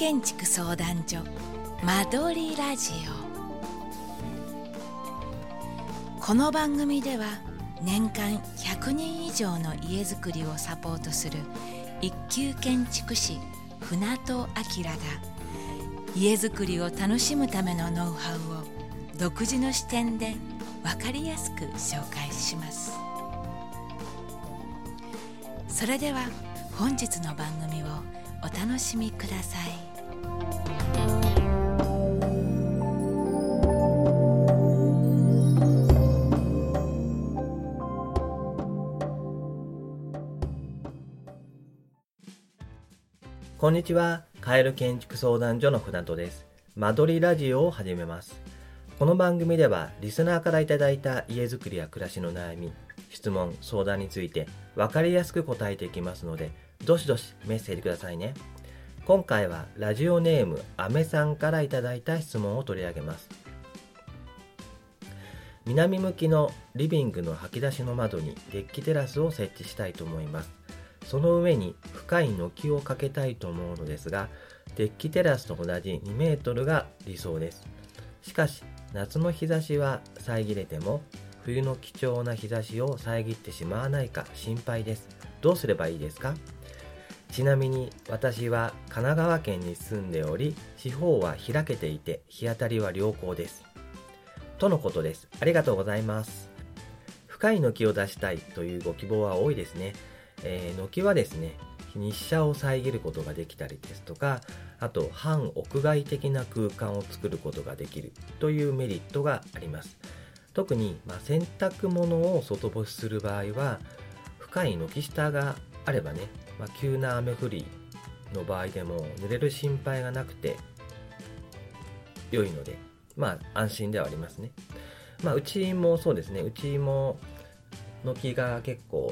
建築相談所間取りラジオ。この番組では年間100人以上の家づくりをサポートする一級建築士船戸明が家づくりを楽しむためのノウハウを独自の視点で分かりやすく紹介します。それでは本日の番組をお楽しみください。 こんにちは。カエル建築相談所の船戸です。間取りラジオを始めます。この番組ではリスナーからいただいた家づくりや暮らしの悩み、質問、相談について分かりやすく答えていきますので、どしどしメッセージくださいね。今回はラジオネームあめさんからいただいた質問を取り上げます。南向きのリビングの掃き出しの窓にデッキテラスを設置したいと思います。その上に深い軒をかけたいと思うのですが、デッキテラスと同じ2メートルが理想です。しかし夏の日差しは遮れても冬の貴重な日差しを遮ってしまわないか心配です。どうすればいいですか？ちなみに私は神奈川県に住んでおり、四方は開けていて日当たりは良好です。とのことです。ありがとうございます。深い軒を出したいというご希望は多いですね。軒はですね、日射を遮ることができたりですとか、あと半屋外的な空間を作ることができるというメリットがあります。特に、洗濯物を外干しする場合は、深い軒下があればね、急な雨降りの場合でも濡れる心配がなくて良いので、安心ではありますね。うちもそうですね、うちも軒が結構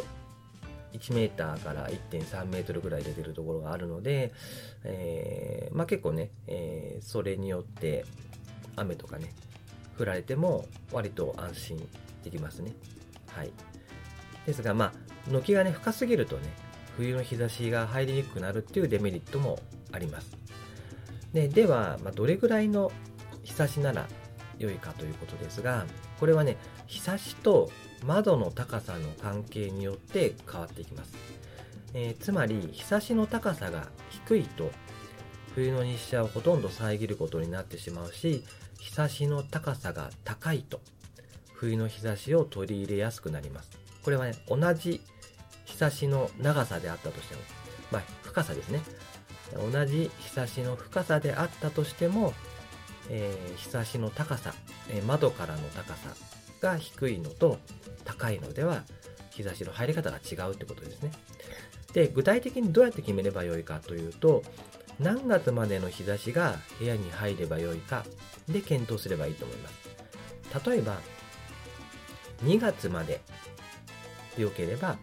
1メーターから 1.3 メートルぐらい出てるところがあるので、結構ね、それによって雨とかね降られても割と安心できますね。はい。ですが軒がね深すぎるとね、冬の日差しが入りにくくなるっていうデメリットもあります。では、どれぐらいの日差しなら良いかということですが、これはね、日差しと窓の高さの関係によって変わっていきます。つまり日差しの高さが低いと冬の日射をほとんど遮ることになってしまうし、日差しの高さが高いと冬の日差しを取り入れやすくなります。これはね、同じ日差しの長さであったとしても、深さですね、同じ日差しの深さであったとしても、日差しの高さ、窓からの高さが低いのと高いのでは日差しの入り方が違うってことですね。で、具体的にどうやって決めればよいかというと、何月までの日差しが部屋に入ればよいかで検討すればいいと思います。例えば2月まででよければ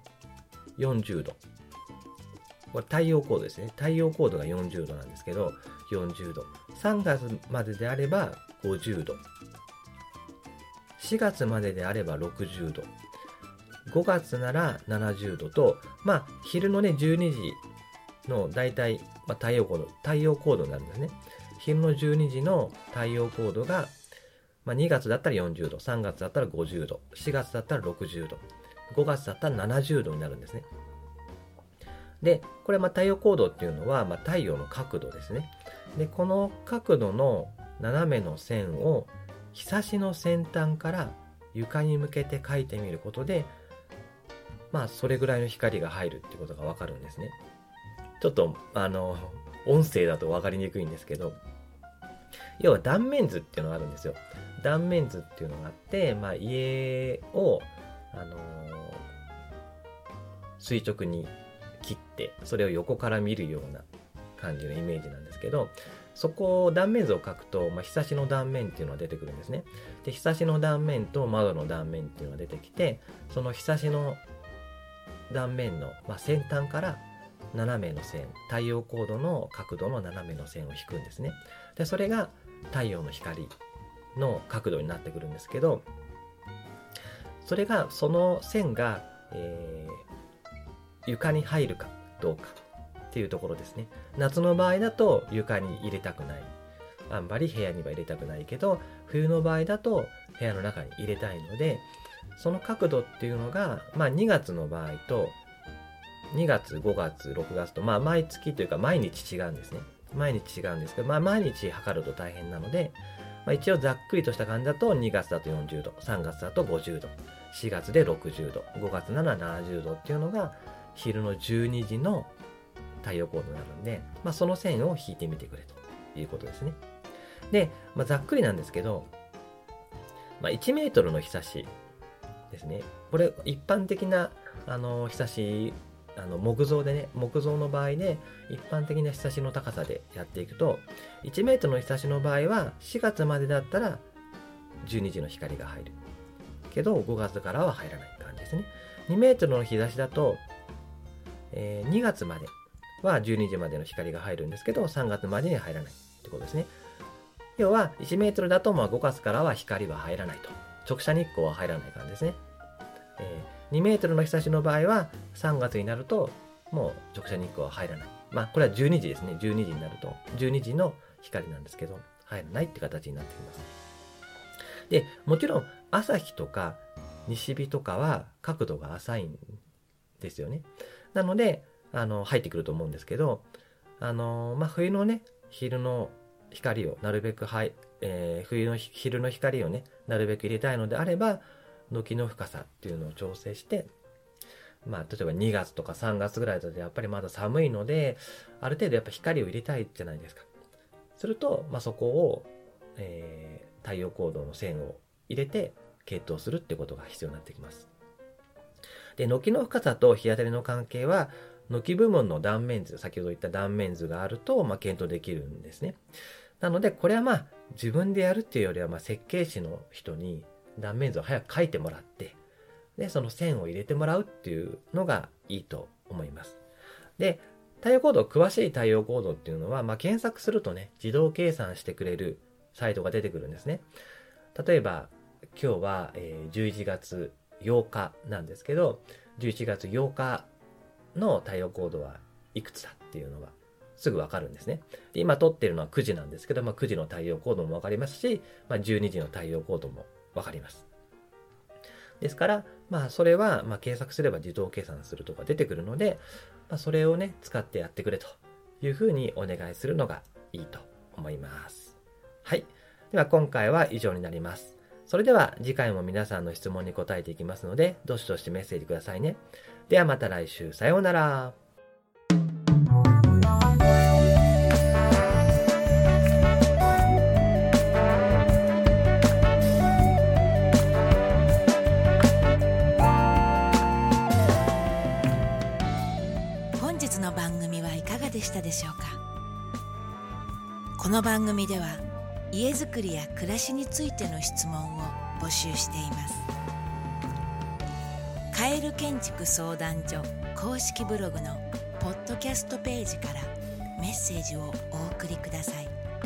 40度、これ太陽高度ですね。太陽高度が40度なんですけど、40度。3月までであれば50度。4月までであれば60度。5月なら70度と、昼のね、12時のだいたい太陽高度になるんですね。昼の12時の太陽高度が、2月だったら40度、3月だったら50度、4月だったら60度、5月だったら70度になるんですね。で、これ太陽高度っていうのは、太陽の角度ですね。で、この角度の斜めの線を日差しの先端から床に向けて描いてみることで、それぐらいの光が入るってことがわかるんですね。ちょっと音声だと分かりにくいんですけど、要は断面図っていうのがあるんですよ。断面図っていうのがあって、家を、垂直に切ってそれを横から見るような感じのイメージなんですけど、そこを断面図を描くと、日差しの断面っていうのが出てくるんですね。で、日差しの断面と窓の断面っていうのが出てきて、その日差しの断面の、先端から斜めの線、太陽高度の角度の斜めの線を引くんですね。で、それが太陽の光の角度になってくるんですけど、その線が、床に入るかどうかっていうところですね。夏の場合だと床に入れたくない。あんまり部屋には入れたくないけど、冬の場合だと部屋の中に入れたいので、その角度っていうのが、2月の場合と、2月、5月、6月と、毎月というか毎日違うんですね。毎日違うんですけど、毎日測ると大変なので、一応ざっくりとした感じだと、2月だと40度、3月だと50度、4月で60度、5月なら70度っていうのが、昼の12時の太陽光度になるんで、その線を引いてみてくれということですね。で、ざっくりなんですけど、1メートルの日差しですね。これ、一般的な、日差し、木造でね、木造の場合で、一般的な日差しの高さでやっていくと、1メートルの日差しの場合は、4月までだったら、12時の光が入る。けど、5月からは入らない感じですね。2メートルの日差しだと、2月までは12時までの光が入るんですけど、3月までには入らないってことですね。要は、1メートルだと、5月からは光は入らないと。直射日光は入らない感じですね。2メートルの日差しの場合は、3月になると、もう直射日光は入らない。これは12時ですね。12時になると、12時の光なんですけど、入らないって形になってきます。で、もちろん、朝日とか西日とかは角度が浅いんですよね。なので、入ってくると思うんですけど、冬のね、昼の光をなるべく冬の昼の光をね、なるべく入れたいのであれば、軒の深さっていうのを調整して、例えば2月とか3月ぐらいだとやっぱりまだ寒いので、ある程度やっぱ光を入れたいじゃないですか。すると、そこを、太陽光度の線を入れて系統するってことが必要になってきます。で、軒の深さと日当たりの関係は、軒部門の断面図、先ほど言った断面図があると、検討できるんですね。なので、これは自分でやるっていうよりは、設計士の人に断面図を早く書いてもらって、で、その線を入れてもらうっていうのがいいと思います。で、太陽光度、詳しい太陽光度っていうのは、検索するとね、自動計算してくれるサイトが出てくるんですね。例えば、今日は11月8日なんですけど、11月8日の太陽光度はいくつだっていうのはすぐわかるんですね。で、今撮ってるのは9時なんですけど、9時の太陽光度もわかりますし、12時の太陽光度もわかります。ですから、それは、検索すれば自動計算するとか出てくるので、それをね、使ってやってくれというふうにお願いするのがいいと思います。はい。では、今回は以上になります。それでは、次回も皆さんの質問に答えていきますので、どしどしメッセージくださいね。ではまた来週、さようなら。 本日の番組はいかがでしたでしょうか。この番組では家づくりや暮らしについての質問を募集しています。カエル建築相談所公式ブログのポッドキャストページからメッセージをお送りください。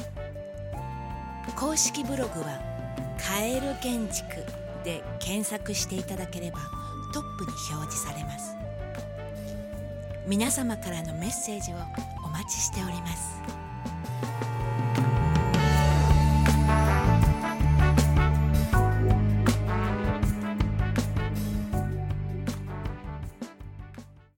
公式ブログはカエル建築で検索していただければトップに表示されます。皆様からのメッセージをお待ちしております。